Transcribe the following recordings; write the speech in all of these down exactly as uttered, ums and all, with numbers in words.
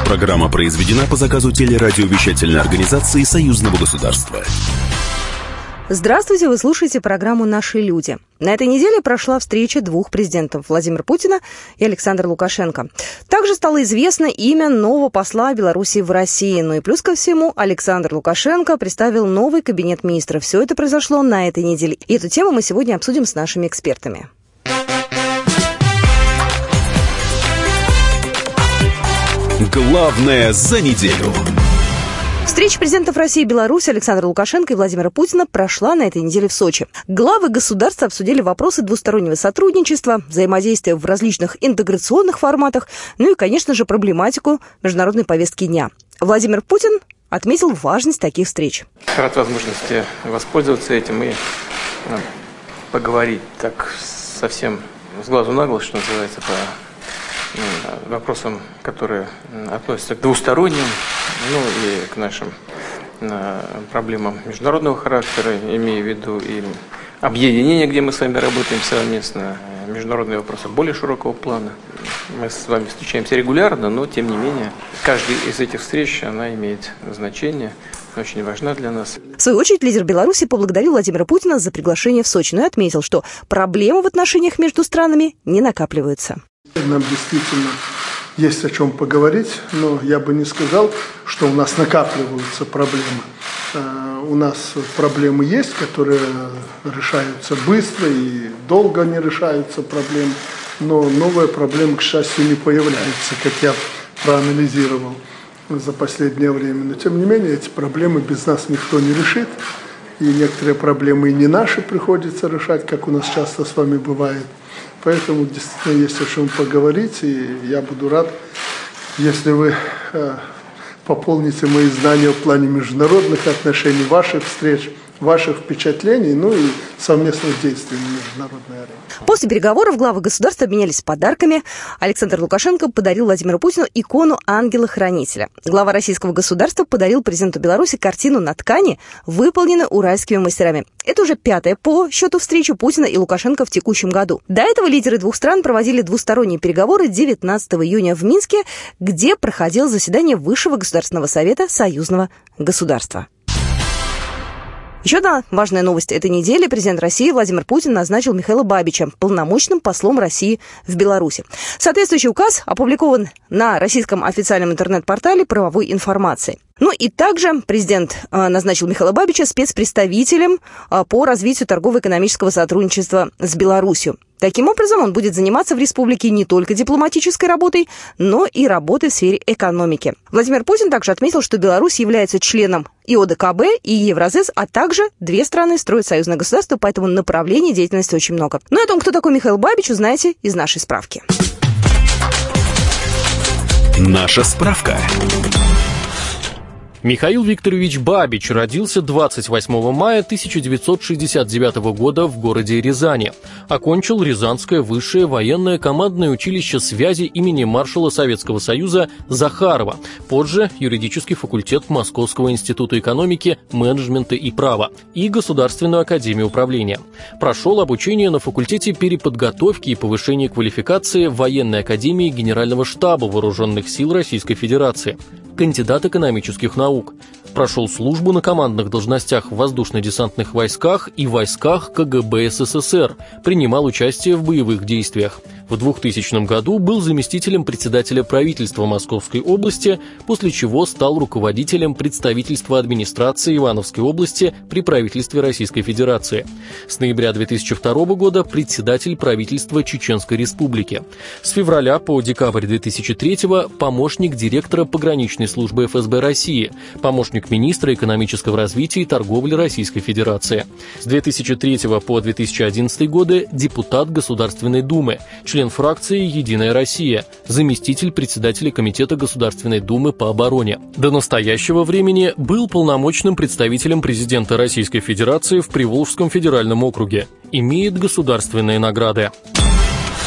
Программа произведена по заказу телерадиовещательной организации Союзного государства. Здравствуйте, вы слушаете программу «Наши люди». На этой неделе прошла встреча двух президентов – Владимира Путина и Александра Лукашенко. Также стало известно имя нового посла Беларуси в России. Ну и плюс ко всему, Александр Лукашенко представил новый кабинет министров. Все это произошло на этой неделе. И эту тему мы сегодня обсудим с нашими экспертами. Главное за неделю. Встреча президентов России и Беларуси Александра Лукашенко и Владимира Путина прошла на этой неделе в Сочи. Главы государств обсудили вопросы двустороннего сотрудничества, взаимодействия в различных интеграционных форматах, ну и, конечно же, проблематику международной повестки дня. Владимир Путин отметил важность таких встреч. Рад возможности воспользоваться этим и поговорить так совсем с глазу на глаз, что называется, по вопросам, которые относятся к двусторонним, ну и к нашим проблемам международного характера, имея в виду и объединение, где мы с вами работаем совместно, международные вопросы более широкого плана. Мы с вами встречаемся регулярно, но тем не менее, каждая из этих встреч, она имеет значение, очень важна для нас. В свою очередь, лидер Беларуси поблагодарил Владимира Путина за приглашение в Сочи, но и отметил, что проблемы в отношениях между странами не накапливаются. Нам действительно есть о чем поговорить, но я бы не сказал, что у нас накапливаются проблемы. У нас проблемы есть, которые решаются быстро и долго не решаются проблемы, но новые проблемы, к счастью, не появляются, как я проанализировал за последнее время. Но тем не менее, эти проблемы без нас никто не решит, и некоторые проблемы и не наши приходится решать, как у нас часто с вами бывает. Поэтому действительно есть о чем поговорить, и я буду рад, если вы э, пополните мои знания в плане международных отношений, ваших встреч, ваших впечатлений, ну и совместных действий на международной арене. После переговоров главы государств обменялись подарками. Александр Лукашенко подарил Владимиру Путину икону ангела-хранителя. Глава российского государства подарил президенту Беларуси картину на ткани, выполненную уральскими мастерами. Это уже пятая по счету встреча Путина и Лукашенко в текущем году. До этого лидеры двух стран проводили двусторонние переговоры девятнадцатого июня в Минске, где проходило заседание Высшего государственного совета Союзного государства. Еще одна важная новость этой недели. Президент России Владимир Путин назначил Михаила Бабича полномочным послом России в Беларуси. Соответствующий указ опубликован на российском официальном интернет-портале правовой информации. Ну и также президент э, назначил Михаила Бабича спецпредставителем э, по развитию торгово-экономического сотрудничества с Беларусью. Таким образом, он будет заниматься в республике не только дипломатической работой, но и работой в сфере экономики. Владимир Путин также отметил, что Беларусь является членом и О Дэ Ка Бэ, и Евразэс, а также две страны строят союзное государство, поэтому направлений деятельности очень много. Ну и о том, кто такой Михаил Бабич, узнаете из нашей справки. Наша справка. Михаил Викторович Бабич родился двадцать восьмого мая тысяча девятьсот шестьдесят девятого года в городе Рязани. Окончил Рязанское высшее военное командное училище связи имени маршала Советского Союза Захарова, позже юридический факультет Московского института экономики, менеджмента и права и Государственную академию управления. Прошел обучение на факультете переподготовки и повышения квалификации Военной академии Генерального штаба Вооруженных сил Российской Федерации. Кандидат экономических наук. Прошел службу на командных должностях в воздушно-десантных войсках и войсках Ка Гэ Бэ Эс Эс Эс Эр, принимал участие в боевых действиях. В двухтысячном году был заместителем председателя правительства Московской области, после чего стал руководителем представительства администрации Ивановской области при правительстве Российской Федерации. С ноября две тысячи второго года председатель правительства Чеченской Республики. С февраля по декабрь две тысячи третьего помощник директора пограничной службы Эф Эс Бэ России, помощник министра экономического развития и торговли Российской Федерации. С две тысячи третьего по две тысячи одиннадцатый годы депутат Государственной Думы, член фракции «Единая Россия», заместитель председателя Комитета Государственной Думы по обороне. До настоящего времени был полномочным представителем президента Российской Федерации в Приволжском федеральном округе. Имеет государственные награды.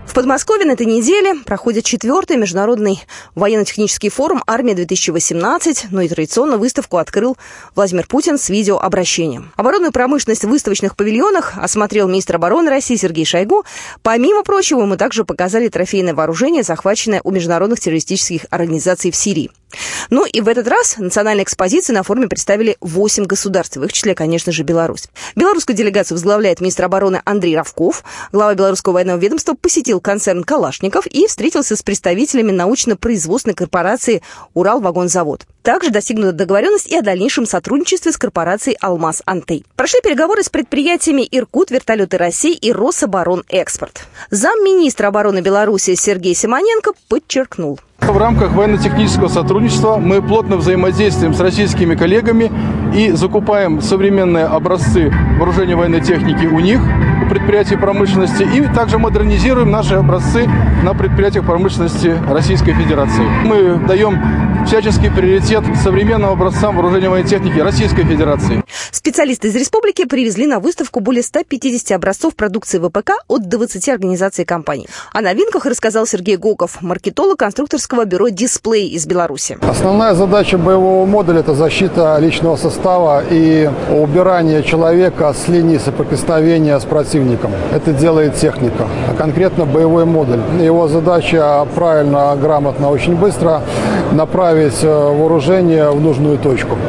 В Подмосковье на этой неделе проходит четвертый международный военно-технический форум «Армия-две тысячи восемнадцать», но и традиционно выставку открыл Владимир Путин с видеообращением. Оборонную промышленность в выставочных павильонах осмотрел министр обороны России Сергей Шойгу. Помимо прочего, ему также показали трофейное вооружение, захваченное у международных террористических организаций в Сирии. Ну и в этот раз национальные экспозиции на форуме представили восемь государств, в их числе, конечно же, Беларусь. Белорусскую делегацию возглавляет министр обороны Андрей Равков. Глава белорусского военного ведомства посетил концерн «Калашников» и встретился с представителями научно-производственной корпорации «Уралвагонзавод». Также достигнута договоренность и о дальнейшем сотрудничестве с корпорацией «Алмаз Антей». Прошли переговоры с предприятиями «Иркут», «Вертолеты России» и «Рособоронэкспорт». Замминистра обороны Беларуси Сергей Симоненко подчеркнул. В рамках военно-технического сотрудничества мы плотно взаимодействуем с российскими коллегами и закупаем современные образцы вооружения военной техники у них, у предприятий промышленности, и также модернизируем наши образцы на предприятиях промышленности Российской Федерации. Мы даем всяческий приоритет современным образцам вооружения военной техники Российской Федерации. Специалисты из республики привезли на выставку более ста пятидесяти образцов продукции ВПК от двадцати организаций и компаний. О новинках рассказал Сергей Гоков, маркетолог конструкторского бюро «Дисплей» из Беларуси. Основная задача боевого модуля – это защита личного состава и убирание человека с линии соприкосновения с противником. Это делает техника, а конкретно боевой модуль. Его задача правильно, грамотно, очень быстро направить вооружение в нужную точку.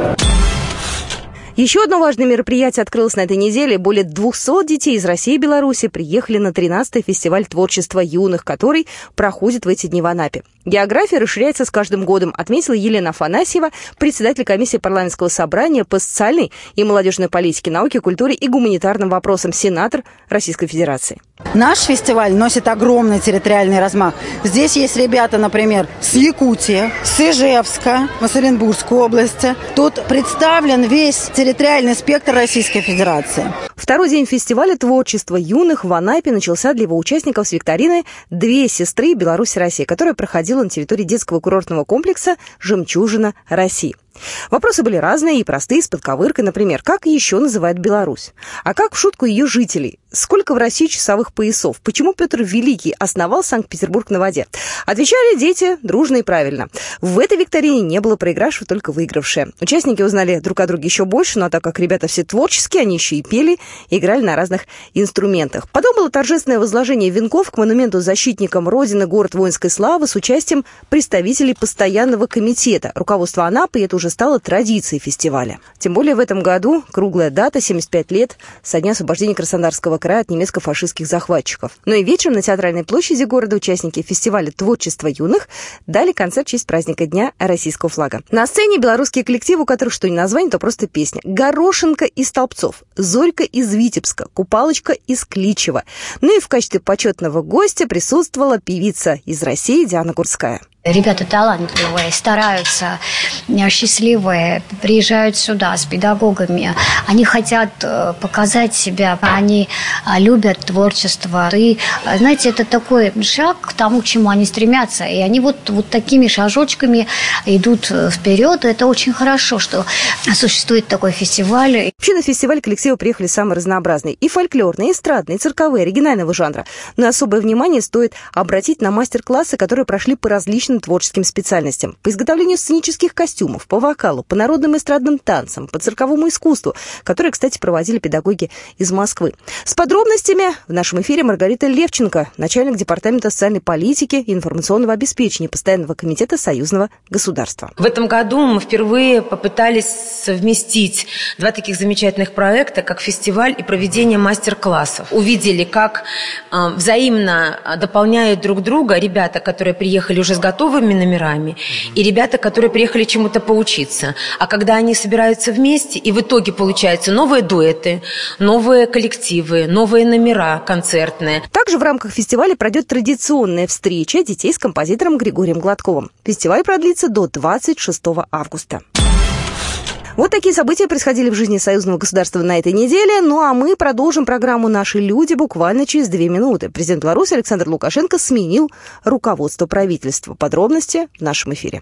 Еще одно важное мероприятие открылось на этой неделе. Более двухсот детей из России и Беларуси приехали на тринадцатый фестиваль творчества юных, который проходит в эти дни в Анапе. География расширяется с каждым годом, отметила Елена Афанасьева, председатель комиссии парламентского собрания по социальной и молодежной политике, науке, культуре и гуманитарным вопросам, сенатор Российской Федерации. Наш фестиваль носит огромный территориальный размах. Здесь есть ребята, например, с Якутии, с Ижевска, с Оренбургской области. Тут представлен весь территориальный спектр Российской Федерации. Второй день фестиваля творчества юных в Анапе начался для его участников с викторины «Две сестры Беларусь-Россия», которая проходила на территории детского курортного комплекса «Жемчужина России». Вопросы были разные и простые, с подковыркой, например, как еще называют Беларусь? А как в шутку ее жителей? Сколько в России часовых поясов? Почему Петр Великий основал Санкт-Петербург на воде? Отвечали дети дружно и правильно. В этой викторине не было проигравшего, только выигравшие. Участники узнали друг о друге еще больше, но так как ребята все творческие, они еще и пели, и играли на разных инструментах. Потом было торжественное возложение венков к монументу защитникам Родины, город воинской славы с участием представителей постоянного комитета. Руководство Анапы, и это уже стало традицией фестиваля. Тем более в этом году круглая дата, семьдесят пять лет со дня освобождения Краснодарского края от немецко-фашистских захватчиков. Ну и вечером на Театральной площади города участники фестиваля творчества юных дали концерт в честь праздника Дня российского флага. На сцене белорусские коллективы, у которых что ни название, то просто песня. Горошенко из Толпцов, Зорька из Витебска, Купалочка из Кличева. Ну и в качестве почетного гостя присутствовала певица из России Диана Гурская. Ребята талантливые, стараются, счастливые, приезжают сюда с педагогами. Они хотят показать себя, они любят творчество. И, знаете, это такой шаг к тому, к чему они стремятся. И они вот, вот такими шажочками идут вперед. И это очень хорошо, что существует такой фестиваль. Вообще на фестиваль коллективы приехали самые разнообразные. И фольклорные, и эстрадные, и цирковые, оригинального жанра. Но особое внимание стоит обратить на мастер-классы, которые прошли по различным творческим специальностям. По изготовлению сценических костюмов, по вокалу, по народным эстрадным танцам, по цирковому искусству, которые, кстати, проводили педагоги из Москвы. С подробностями в нашем эфире Маргарита Левченко, начальник департамента социальной политики и информационного обеспечения Постоянного комитета Союзного государства. В этом году мы впервые попытались совместить два таких замечательных проекта, как фестиваль и проведение мастер-классов. Увидели, как э, взаимно дополняют друг друга ребята, которые приехали уже с готовыми номерами, и ребята, которые приехали чему-то поучиться. А когда они собираются вместе, и в итоге получаются новые дуэты, новые коллективы, новые номера концертные. Также в рамках фестиваля пройдет традиционная встреча детей с композитором Григорием Гладковым. Фестиваль продлится до двадцать шестого августа. Вот такие события происходили в жизни союзного государства на этой неделе. Ну а мы продолжим программу «Наши люди» буквально через две минуты. Президент Беларуси Александр Лукашенко сменил руководство правительства. Подробности в нашем эфире.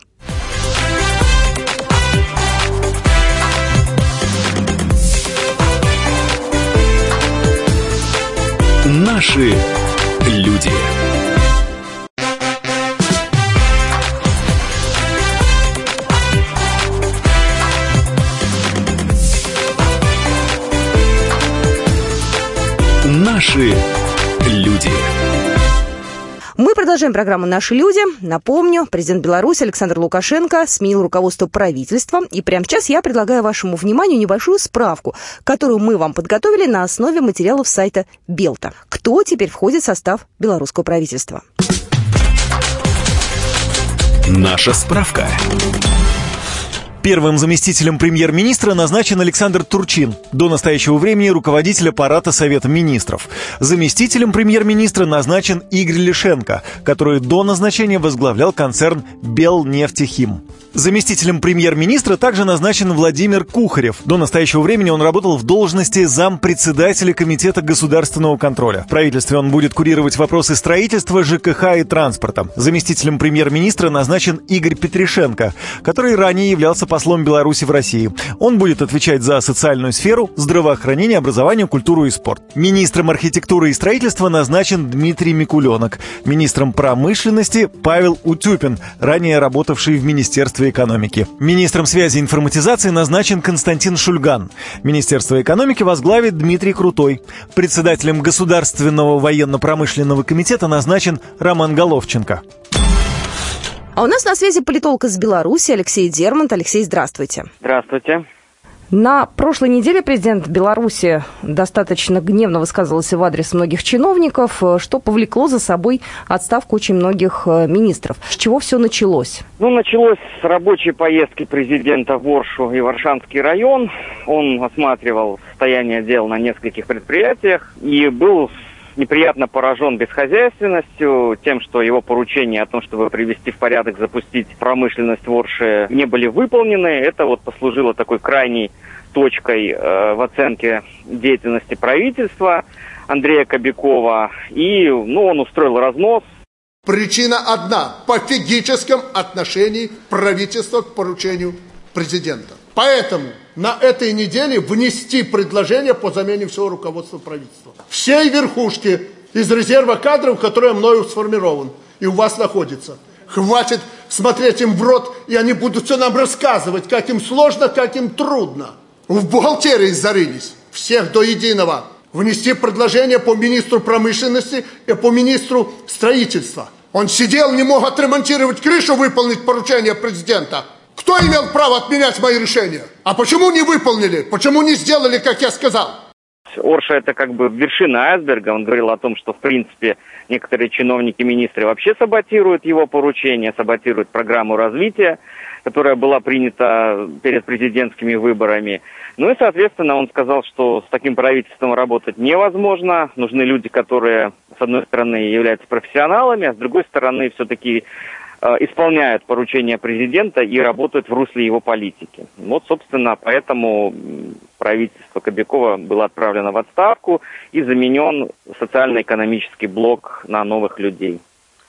Наши люди. Наши люди. Мы продолжаем программу «Наши люди». Напомню, президент Беларуси Александр Лукашенко сменил руководство правительства. И прямо сейчас я предлагаю вашему вниманию небольшую справку, которую мы вам подготовили на основе материалов сайта Белта. Кто теперь входит в состав белорусского правительства? Наша справка. Первым заместителем премьер-министра назначен Александр Турчин, до настоящего времени руководитель аппарата Совета министров. Заместителем премьер-министра назначен Игорь Лишенко, который до назначения возглавлял концерн «Белнефтехим». Заместителем премьер-министра также назначен Владимир Кухарев. До настоящего времени он работал в должности зампредседателя Комитета государственного контроля. В правительстве он будет курировать вопросы строительства, ЖКХ и транспорта. Заместителем премьер-министра назначен Игорь Петришенко, который ранее являлся послом Беларуси в России. Он будет отвечать за социальную сферу, здравоохранение, образование, культуру и спорт. Министром архитектуры и строительства назначен Дмитрий Микуленок. Министром промышленности Павел Утюпин, ранее работавший в Министерстве экономики. Министром связи и информатизации назначен Константин Шульган. Министерство экономики возглавит Дмитрий Крутой. Председателем Государственного военно-промышленного комитета назначен Роман Головченко. А у нас на связи политолог из Беларуси Алексей Дермонт. Алексей, здравствуйте. Здравствуйте. На прошлой неделе президент Беларуси достаточно гневно высказывался в адрес многих чиновников, что повлекло за собой отставку очень многих министров. С чего все началось? Ну, началось с рабочей поездки президента в Оршу и Варшанский район. Он осматривал состояние дел на нескольких предприятиях и был неприятно поражен бесхозяйственностью, тем, что его поручения о том, чтобы привести в порядок, запустить промышленность в Орше, не были выполнены. Это вот послужило такой крайней точкой э, в оценке деятельности правительства Андрея Кобякова. И ну, он устроил разнос. Причина одна – пофигическом отношении правительства к поручению президента. Поэтому на этой неделе внести предложение по замене всего руководства правительства. Всей верхушки из резерва кадров, который мною сформирован и у вас находится. Хватит смотреть им в рот, и они будут все нам рассказывать, как им сложно, как им трудно. В бухгалтерии зарылись, всех до единого. Внести предложение по министру промышленности и по министру строительства. Он сидел, не мог отремонтировать крышу, выполнить поручение президента. Кто имел право отменять мои решения? А почему не выполнили? Почему не сделали, как я сказал? Орша – это как бы вершина айсберга. Он говорил о том, что, в принципе, некоторые чиновники, министры вообще саботируют его поручения, саботируют программу развития, которая была принята перед президентскими выборами. Ну и, соответственно, он сказал, что с таким правительством работать невозможно. Нужны люди, которые, с одной стороны, являются профессионалами, а с другой стороны, все-таки исполняют поручения президента и работают в русле его политики. Вот, собственно, поэтому правительство Кобякова было отправлено в отставку и заменен социально-экономический блок на новых людей.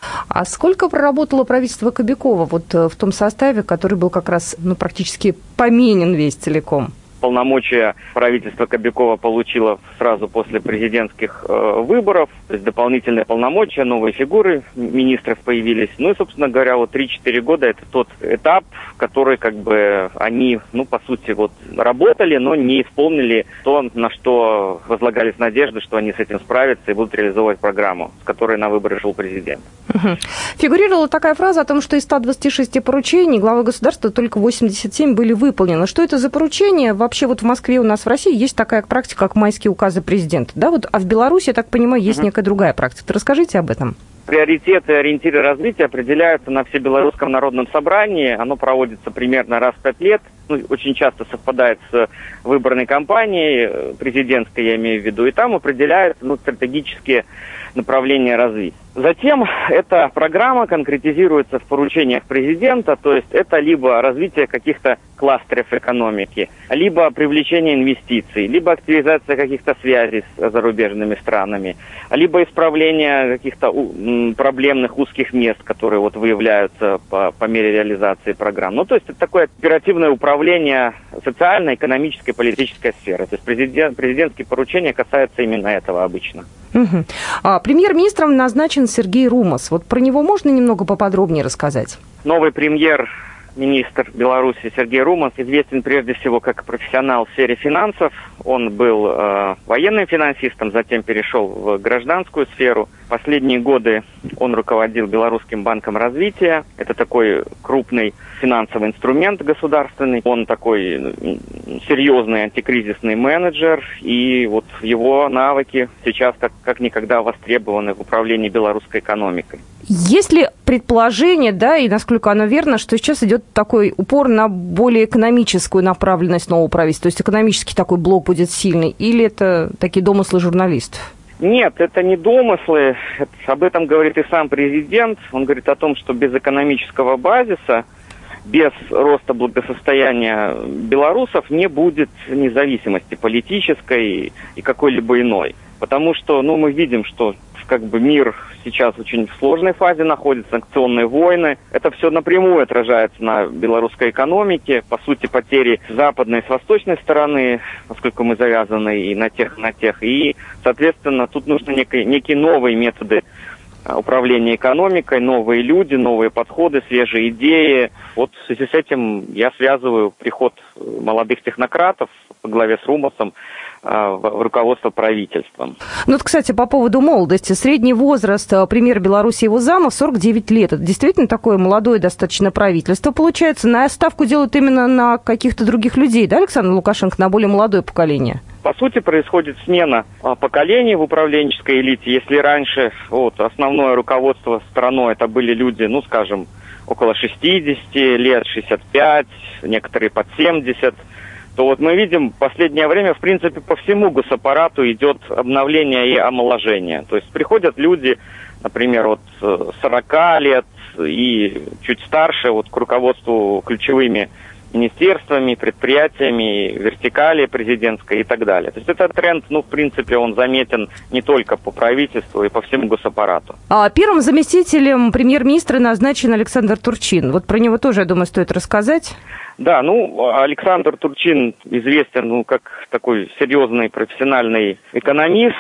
А сколько проработало правительство Кобякова вот в том составе, который был как раз ну, практически поменен весь целиком? Полномочия правительства Кобякова получило сразу после президентских э, выборов, то есть дополнительные полномочия, новые фигуры министров появились. Ну и, собственно говоря, вот три-четыре года это тот этап, который как бы они, ну, по сути, вот работали, но не исполнили то, на что возлагались надежды, что они с этим справятся и будут реализовывать программу, с которой на выборы шел президент. Угу. Фигурировала такая фраза о том, что из ста двадцати шести поручений главы государства только восемьдесят семь были выполнены. Что это за поручения? Вообще вот в Москве у нас в России есть такая практика, как майские указы президента, да? Вот, а в Беларуси, я так понимаю, есть угу. некая другая практика. Расскажите об этом. Приоритеты и ориентиры развития определяются на Всебелорусском народном собрании. Оно проводится примерно раз в пять лет. Ну, очень часто совпадает с выборной кампанией, президентской я имею в виду. И там определяются ну, стратегические направления развития. Затем эта программа конкретизируется в поручениях президента, то есть это либо развитие каких-то кластеров экономики, либо привлечение инвестиций, либо активизация каких-то связей с зарубежными странами, либо исправление каких-то проблемных узких мест, которые вот выявляются по, по мере реализации программ. Ну, то есть это такое оперативное управление социальной, экономической, политической сферой. То есть президент, президентские поручения касаются именно этого обычно. Угу. А, премьер-министром назначен Сергей Румас. Вот про него можно немного поподробнее рассказать? Новый премьер министр Беларуси Сергей Руман известен прежде всего как профессионал в сфере финансов. Он был э, военным финансистом, затем перешел в гражданскую сферу. Последние годы он руководил Белорусским банком развития. Это такой крупный финансовый инструмент государственный. Он такой серьезный антикризисный менеджер. И вот его навыки сейчас как, как никогда востребованы в управлении белорусской экономикой. Есть ли предположение, да, и насколько оно верно, что сейчас идет такой упор на более экономическую направленность нового правительства? То есть экономический такой блок будет сильный? Или это такие домыслы журналистов? Нет, это не домыслы. Это, об этом говорит и сам президент. Он говорит о том, что без экономического базиса, без роста благосостояния белорусов не будет независимости политической и какой-либо иной. Потому что, ну, мы видим, что как бы мир сейчас очень в сложной фазе находится, санкционные войны. Это все напрямую отражается на белорусской экономике. По сути, потери с западной и с восточной стороны, поскольку мы завязаны и на тех, и на тех. И, соответственно, тут нужны некие, некие новые методы управления экономикой, новые люди, новые подходы, свежие идеи. Вот в связи с этим я связываю приход молодых технократов во главе с Румасом в руководство правительством. Ну вот, кстати, по поводу молодости. Средний возраст премьера Беларуси и его зама сорок девять лет. Это действительно такое молодое достаточно правительство. Получается, на ставку делают именно на каких-то других людей, да, Александр Лукашенко, на более молодое поколение? По сути, происходит смена поколений в управленческой элите. Если раньше вот, основное руководство страной это были люди, ну, скажем, около шестидесяти лет, шестьдесят пять, некоторые под семьдесят, то вот мы видим в последнее время, в принципе, по всему госаппарату идет обновление и омоложение. То есть приходят люди, например, от сорока лет и чуть старше, вот к руководству ключевыми министерствами, предприятиями, вертикали президентской и так далее. То есть этот тренд, ну, в принципе, он заметен не только по правительству и по всему госаппарату. А первым заместителем премьер-министра назначен Александр Турчин. Вот про него тоже, я думаю, стоит рассказать. Да, ну, Александр Турчин известен, ну, как такой серьезный профессиональный экономист.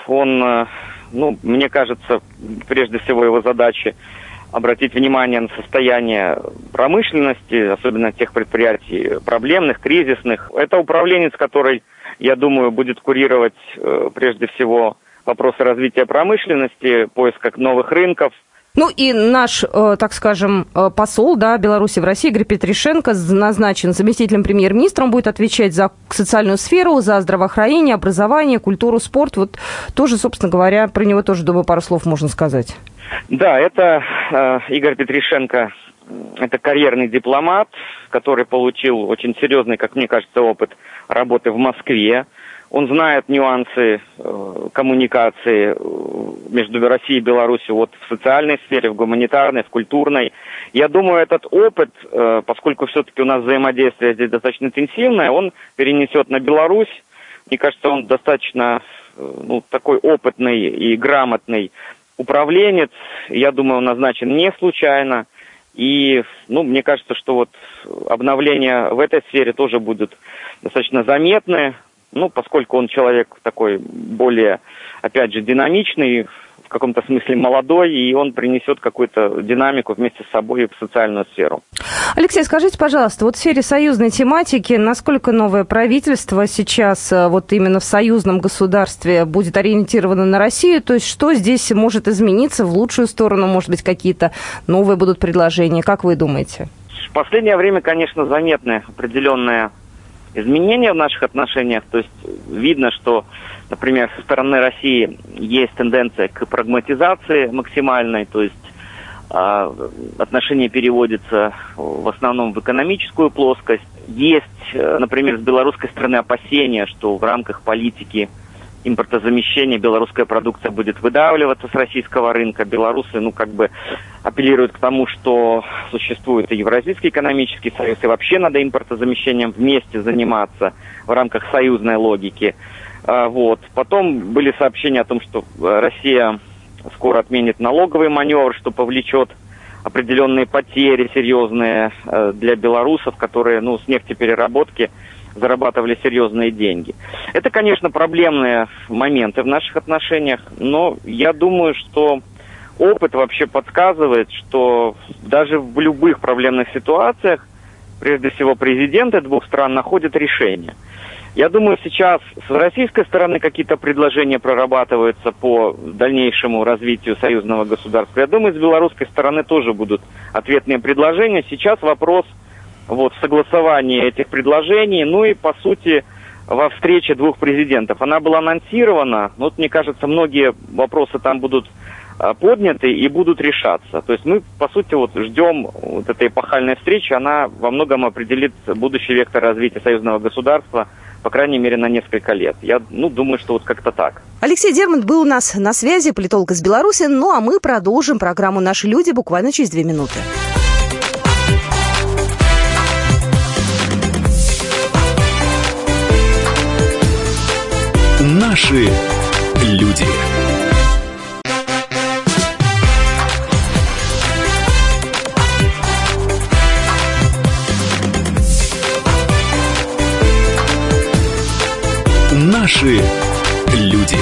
Он, ну, мне кажется, прежде всего его задача обратить внимание на состояние промышленности, особенно тех предприятий проблемных, кризисных. Это управленец, который, я думаю, будет курировать э, прежде всего вопросы развития промышленности, поиска новых рынков. Ну и наш, э, так скажем, посол, да, Беларуси в России, Игорь Петришенко, назначен заместителем премьер-министра. Он будет отвечать за социальную сферу, за здравоохранение, образование, культуру, спорт. Вот тоже, собственно говоря, про него тоже, думаю, пару слов можно сказать. Да, это э, Игорь Петришенко, это карьерный дипломат, который получил очень серьезный, как мне кажется, опыт работы в Москве. Он знает нюансы э, коммуникации между Россией и Беларусью вот в социальной сфере, в гуманитарной, в культурной. Я думаю, этот опыт, э, поскольку все-таки у нас взаимодействие здесь достаточно интенсивное, он перенесет на Беларусь. Мне кажется, он достаточно э, ну, такой опытный и грамотный управленец. Я думаю, он назначен не случайно. И, ну, мне кажется, что вот обновления в этой сфере тоже будут достаточно заметны. Ну, поскольку он человек такой более, опять же, динамичный, в каком-то смысле молодой, и он принесет какую-то динамику вместе с собой в социальную сферу. Алексей, скажите, пожалуйста, вот в сфере союзной тематики, насколько новое правительство сейчас вот именно в союзном государстве будет ориентировано на Россию? То есть что здесь может измениться в лучшую сторону? Может быть, какие-то новые будут предложения? Как вы думаете? В последнее время, конечно, заметны определенные изменения в наших отношениях. То есть видно, что, например, со стороны России есть тенденция к прагматизации максимальной, то есть э, отношения переводятся в основном в экономическую плоскость. Есть, э, например, с белорусской стороны опасения, что в рамках политики импортозамещения белорусская продукция будет выдавливаться с российского рынка. Белорусы, ну, как бы апеллируют к тому, что существует и Евразийский экономический союз, и вообще надо импортозамещением вместе заниматься в рамках союзной логики. А, вот. Потом были сообщения о том, что Россия скоро отменит налоговый маневр, что повлечет определенные потери серьезные для белорусов, которые, ну, с нефтепереработки зарабатывали серьезные деньги. Это, конечно, проблемные моменты в наших отношениях, но я думаю, что опыт вообще подсказывает, что даже в любых проблемных ситуациях, прежде всего, президенты двух стран находят решение. Я думаю, сейчас с российской стороны какие-то предложения прорабатываются по дальнейшему развитию союзного государства. Я думаю, с белорусской стороны тоже будут ответные предложения. Сейчас вопрос вот, в согласовании этих предложений, ну и, по сути, во встрече двух президентов. Она была анонсирована, но вот, мне кажется, многие вопросы там будут а, подняты и будут решаться. То есть мы, по сути, вот ждем вот этой эпохальной встречи, она во многом определит будущий вектор развития союзного государства, по крайней мере, на несколько лет. Я ну, думаю, что вот как-то так. Алексей Дермант был у нас на связи, политолог из Беларуси. Ну, а мы продолжим программу «Наши люди» буквально через две минуты. Наши люди. Наши люди.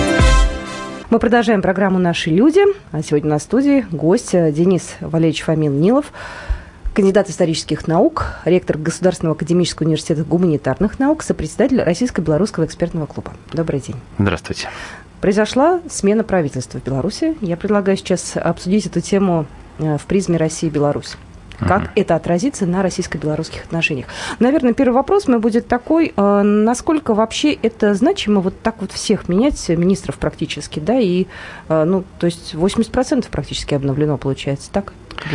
Мы продолжаем программу «Наши люди». А сегодня на студии гость Денис Валерьевич Фомин-Нилов, кандидат исторических наук, ректор Государственного академического университета гуманитарных наук, сопредседатель Российско-белорусского экспертного клуба. Добрый день. Здравствуйте. Произошла смена правительства в Беларуси. Я предлагаю сейчас обсудить эту тему в призме России и Беларусь. Как uh-huh. это отразится на российско-белорусских отношениях? Наверное, первый вопрос мой будет такой, э, насколько вообще это значимо вот так вот всех менять, министров практически, да, и, э, ну, то есть восемьдесят процентов практически обновлено, получается, так?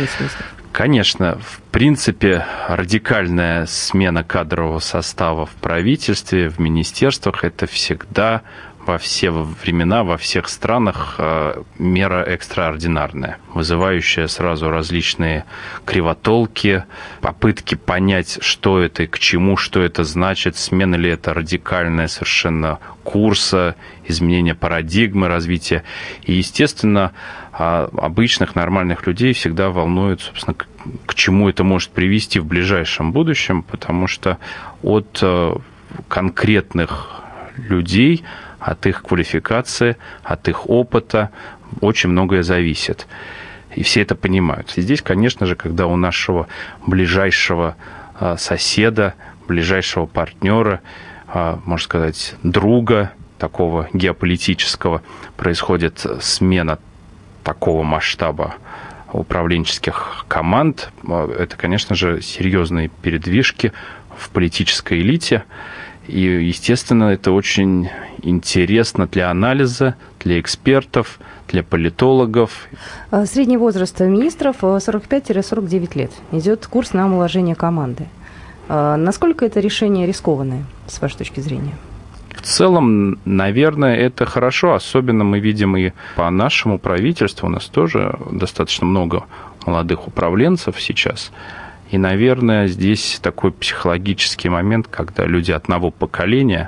Конечно, в принципе, радикальная смена кадрового состава в правительстве, в министерствах, это всегда во все времена, во всех странах э, мера экстраординарная, вызывающая сразу различные кривотолки, попытки понять, что это и к чему, что это значит, смена ли это радикальная совершенно курса, изменение парадигмы развития. И, естественно, э, обычных нормальных людей всегда волнует, собственно, к, к чему это может привести в ближайшем будущем, потому что от э, конкретных людей, от их квалификации, от их опыта очень многое зависит. И все это понимают. И здесь, конечно же, когда у нашего ближайшего соседа, ближайшего партнера, можно сказать, друга такого геополитического, происходит смена такого масштаба управленческих команд, это, конечно же, серьезные передвижки в политической элите. И, естественно, это очень интересно для анализа, для экспертов, для политологов. Средний возраст министров сорок пять - сорок девять лет. Идет курс на омоложение команды. Насколько это решение рискованное, с вашей точки зрения? В целом, наверное, это хорошо. Особенно мы видим и по нашему правительству. У нас тоже достаточно много молодых управленцев сейчас. И, наверное, здесь такой психологический момент, когда люди одного поколения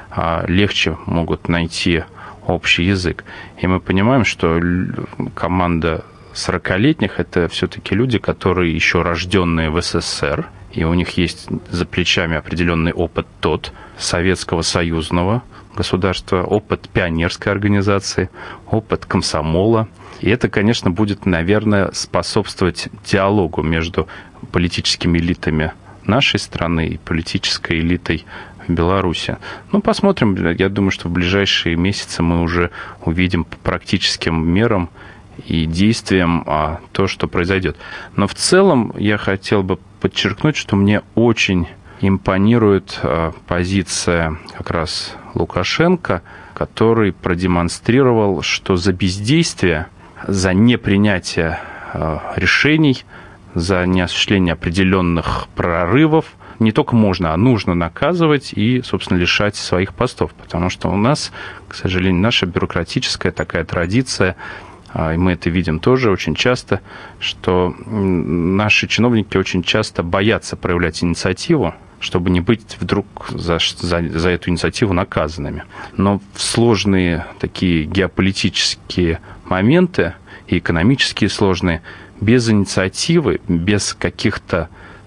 легче могут найти общий язык. И мы понимаем, что команда сорокалетних – это все-таки люди, которые еще рожденные в СССР, и у них есть за плечами определенный опыт тот советского союзного государства, опыт пионерской организации, опыт комсомола. И это, конечно, будет, наверное, способствовать диалогу между политическими элитами нашей страны и политической элитой в Беларуси. Ну, посмотрим. Я думаю, что в ближайшие месяцы мы уже увидим по практическим мерам и действиям а, то, что произойдет. Но в целом я хотел бы подчеркнуть, что мне очень импонирует а, позиция как раз Лукашенко, который продемонстрировал, что за бездействие, за непринятие а, решений, за неосуществление определенных прорывов не только можно, а нужно наказывать и, собственно, лишать своих постов. Потому что у нас, к сожалению, наша бюрократическая такая традиция, и мы это видим тоже очень часто, что наши чиновники очень часто боятся проявлять инициативу, чтобы не быть вдруг за, за, за эту инициативу наказанными. Но в сложные такие геополитические моменты, и экономические сложные, без инициативы, без каких-то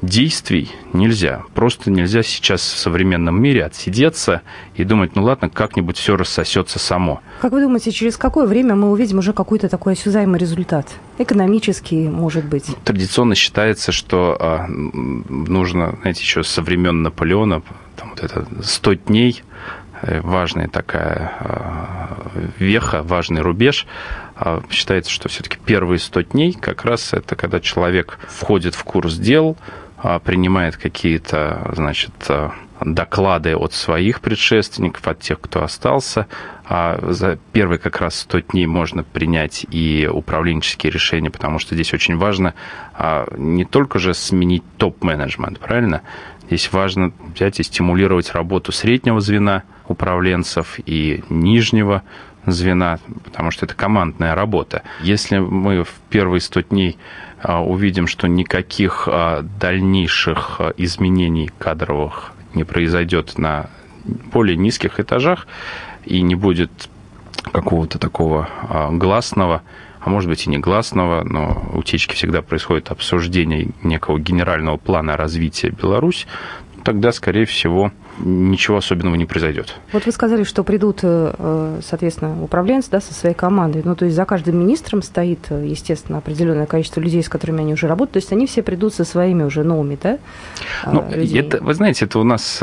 действий нельзя. Просто нельзя сейчас в современном мире отсидеться и думать, ну ладно, как-нибудь все рассосется само. Как вы думаете, через какое время мы увидим уже какой-то такой осязаемый результат? Экономический, может быть? Традиционно считается, что а, нужно, знаете, еще со времен Наполеона, там, вот это сто дней, важная такая а, веха, важный рубеж. А, считается, что все-таки первые сто дней как раз это когда человек входит в курс дел, а, принимает какие-то, значит, доклады от своих предшественников, от тех, кто остался. А за первые как раз сто дней можно принять и управленческие решения, потому что здесь очень важно а, не только же сменить топ-менеджмент, правильно? Здесь важно взять и стимулировать работу среднего звена управленцев и нижнего звена, потому что это командная работа. Если мы в первые сто дней увидим, что никаких дальнейших изменений кадровых не произойдет на более низких этажах и не будет какого-то такого гласного, а может быть и негласного, но утечки всегда происходят обсуждение некого генерального плана развития Беларуси, тогда, скорее всего, ничего особенного не произойдет. Вот вы сказали, что придут, соответственно, управленцы, да, со своей командой. Ну, то есть за каждым министром стоит, естественно, определенное количество людей, с которыми они уже работают. То есть они все придут со своими уже новыми, да, ну, это, вы знаете, это у нас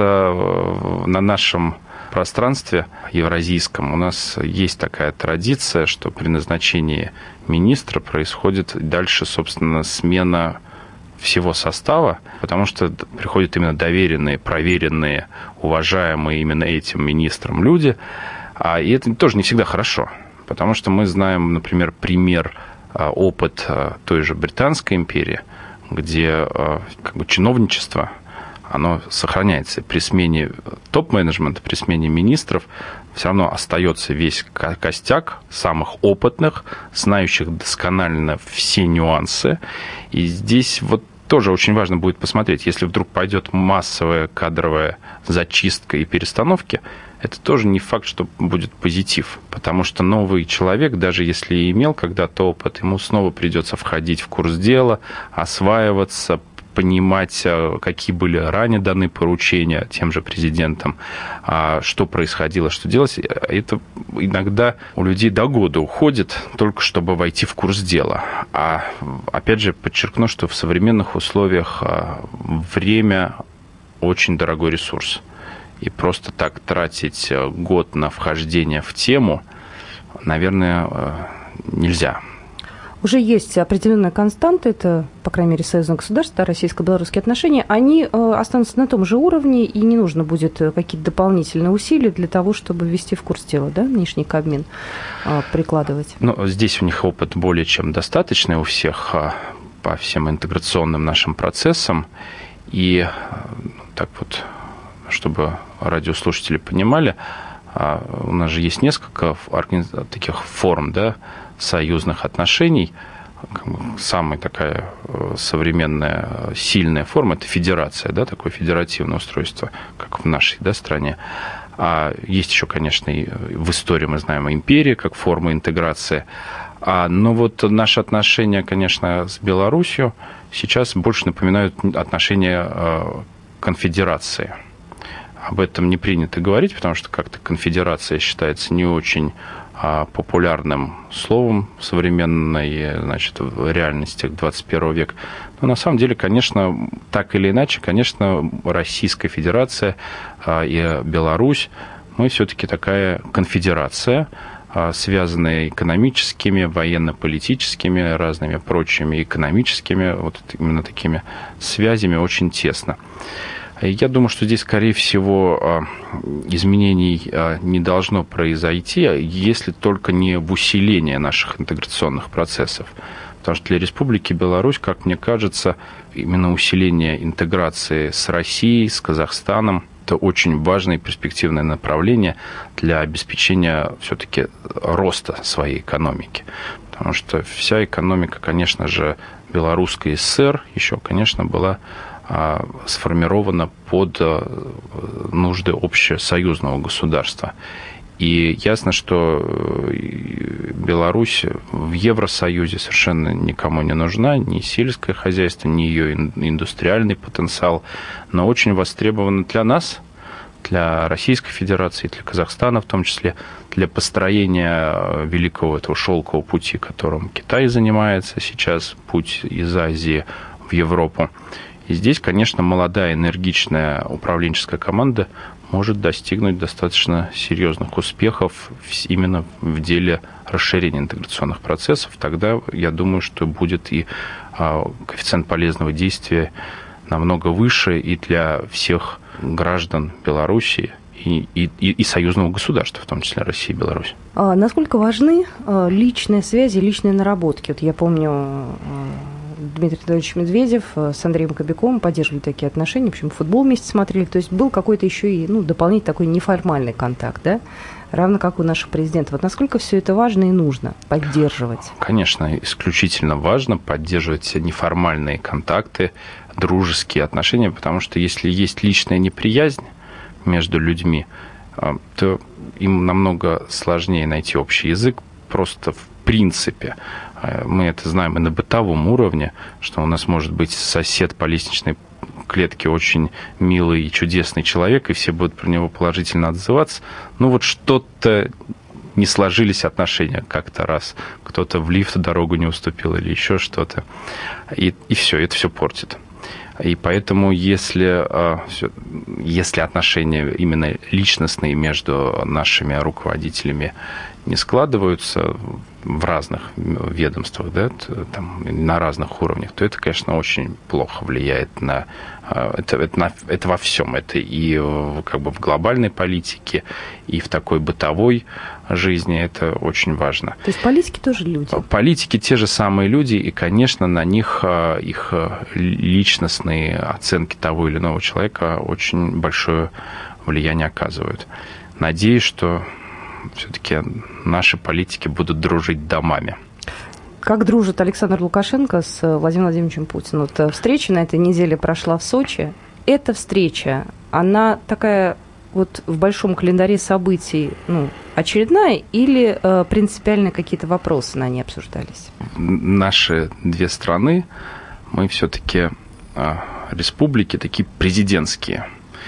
на нашем пространстве евразийском у нас есть такая традиция, что при назначении министра происходит дальше, собственно, смена всего состава, потому что приходят именно доверенные, проверенные, уважаемые именно этим министром люди. А, и это тоже не всегда хорошо, потому что мы знаем, например, пример, опыт той же Британской империи, где как бы чиновничество, оно сохраняется. При смене топ-менеджмента, при смене министров все равно остается весь костяк самых опытных, знающих досконально все нюансы. И здесь вот тоже очень важно будет посмотреть, если вдруг пойдет массовая кадровая зачистка и перестановки, это тоже не факт, что будет позитив, потому что новый человек, даже если и имел когда-то опыт, ему снова придется входить в курс дела, осваиваться, понимать, какие были ранее даны поручения тем же президентом, что происходило, что делалось. Это иногда у людей до года уходит, только чтобы войти в курс дела. А опять же подчеркну, что в современных условиях время очень дорогой ресурс. И просто так тратить год на вхождение в тему, наверное, нельзя. Уже есть определенная константа, это, по крайней мере, союзное государство, российско-белорусские отношения, они останутся на том же уровне, и не нужно будет какие-то дополнительные усилия для того, чтобы ввести в курс дела, да, внешний Кабмин прикладывать. Ну, здесь у них опыт более чем достаточный у всех по всем интеграционным нашим процессам, и так вот, чтобы радиослушатели понимали, у нас же есть несколько таких форм, да, союзных отношений. Самая такая современная, сильная форма – это федерация, да, такое федеративное устройство, как в нашей, да, стране. А есть еще, конечно, и в истории мы знаем империя как форма интеграции. А, но вот наши отношения, конечно, с Беларусью сейчас больше напоминают отношения конфедерации. Об этом не принято говорить, потому что как-то конфедерация считается не очень популярным словом в современной, значит, в реальности двадцать первого века. Но на самом деле, конечно, так или иначе, конечно, Российская Федерация и Беларусь, мы все-таки такая конфедерация, связанная экономическими, военно-политическими, разными прочими экономическими, вот именно такими связями очень тесно. Я думаю, что здесь, скорее всего, изменений не должно произойти, если только не в усилении наших интеграционных процессов. Потому что для Республики Беларусь, как мне кажется, именно усиление интеграции с Россией, с Казахстаном – это очень важное и перспективное направление для обеспечения все-таки роста своей экономики. Потому что вся экономика, конечно же, Белорусской ССР еще, конечно, была сформирована под нужды общесоюзного государства. И ясно, что Беларусь в Евросоюзе совершенно никому не нужна, ни сельское хозяйство, ни ее индустриальный потенциал, но очень востребована для нас, для Российской Федерации, для Казахстана в том числе, для построения великого этого шелкового пути, которым Китай занимается сейчас, путь из Азии в Европу. И здесь, конечно, молодая, энергичная управленческая команда может достигнуть достаточно серьезных успехов именно в деле расширения интеграционных процессов. Тогда, я думаю, что будет и коэффициент полезного действия намного выше и для всех граждан Беларуси, и, и, и союзного государства, в том числе России и Беларуси. А насколько важны личные связи, личные наработки? Вот я помню, Дмитрий Анатольевич Медведев с Андреем Кобяковым поддерживали такие отношения, в общем, футбол вместе смотрели, то есть был какой-то еще и, ну, дополнительный такой неформальный контакт, да? Равно как у наших президентов. Вот насколько все это важно и нужно поддерживать? Конечно, исключительно важно поддерживать неформальные контакты, дружеские отношения, потому что если есть личная неприязнь между людьми, то им намного сложнее найти общий язык просто в принципе. Мы это знаем и на бытовом уровне, что у нас может быть сосед по лестничной клетке очень милый и чудесный человек, и все будут про него положительно отзываться. Ну вот что-то не сложились отношения как-то раз. Кто-то в лифт дорогу не уступил или еще что-то. И, и все, это все портит. И поэтому, если, если отношения именно личностные между нашими руководителями не складываются в разных ведомствах, да, там, на разных уровнях, то это, конечно, очень плохо влияет на это, это, на, это во всем. Это и как бы в глобальной политике, и в такой бытовой жизни. Это очень важно. То есть политики тоже люди? Политики те же самые люди, и, конечно, на них их личностные оценки того или иного человека очень большое влияние оказывают. Надеюсь, что все-таки наши политики будут дружить домами. Как дружит Александр Лукашенко с Владимиром Владимировичем Путиным? Вот встреча на этой неделе прошла в Сочи. Эта встреча, она такая вот в большом календаре событий, ну, очередная или э, принципиально какие-то вопросы на ней обсуждались? Наши две страны, мы все-таки э, республики такие президентские.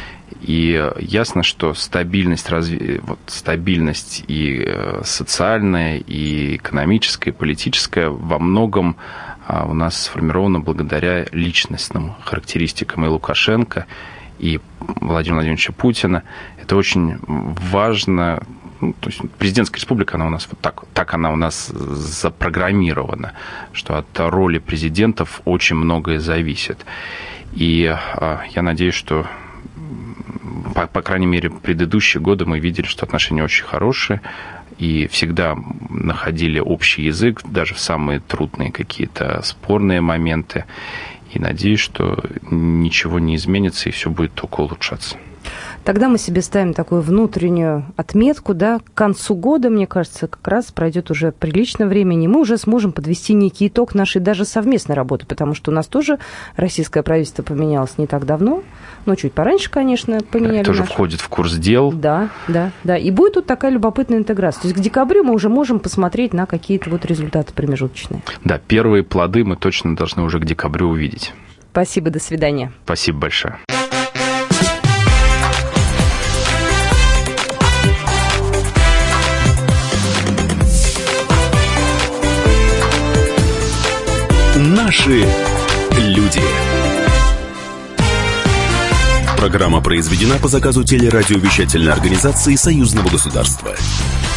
И ясно, что стабильность, разви... вот, стабильность и социальная, и экономическая, и политическая во многом у нас сформирована благодаря личностным характеристикам и Лукашенко, и Владимира Владимировича Путина. Это очень важно. Ну, то есть президентская республика, она у нас вот так, так она у нас запрограммирована, что от роли президентов очень многое зависит. И я надеюсь, что По, по крайней мере, предыдущие годы мы видели, что отношения очень хорошие и всегда находили общий язык, даже в самые трудные какие-то спорные моменты. И надеюсь, что ничего не изменится и все будет только улучшаться. Тогда мы себе ставим такую внутреннюю отметку, да, к концу года, мне кажется, как раз пройдет уже прилично времени, мы уже сможем подвести некий итог нашей даже совместной работы, потому что у нас тоже российское правительство поменялось не так давно, но чуть пораньше, конечно, поменяли. Это тоже наше. Входит в курс дел. Да, да, да. И будет тут такая любопытная интеграция. То есть к декабрю мы уже можем посмотреть на какие-то вот результаты промежуточные. Да, первые плоды мы точно должны уже к декабрю увидеть. Спасибо, до свидания. Спасибо большое. Наши люди. Программа произведена по заказу телерадиовещательной организации Союзного государства.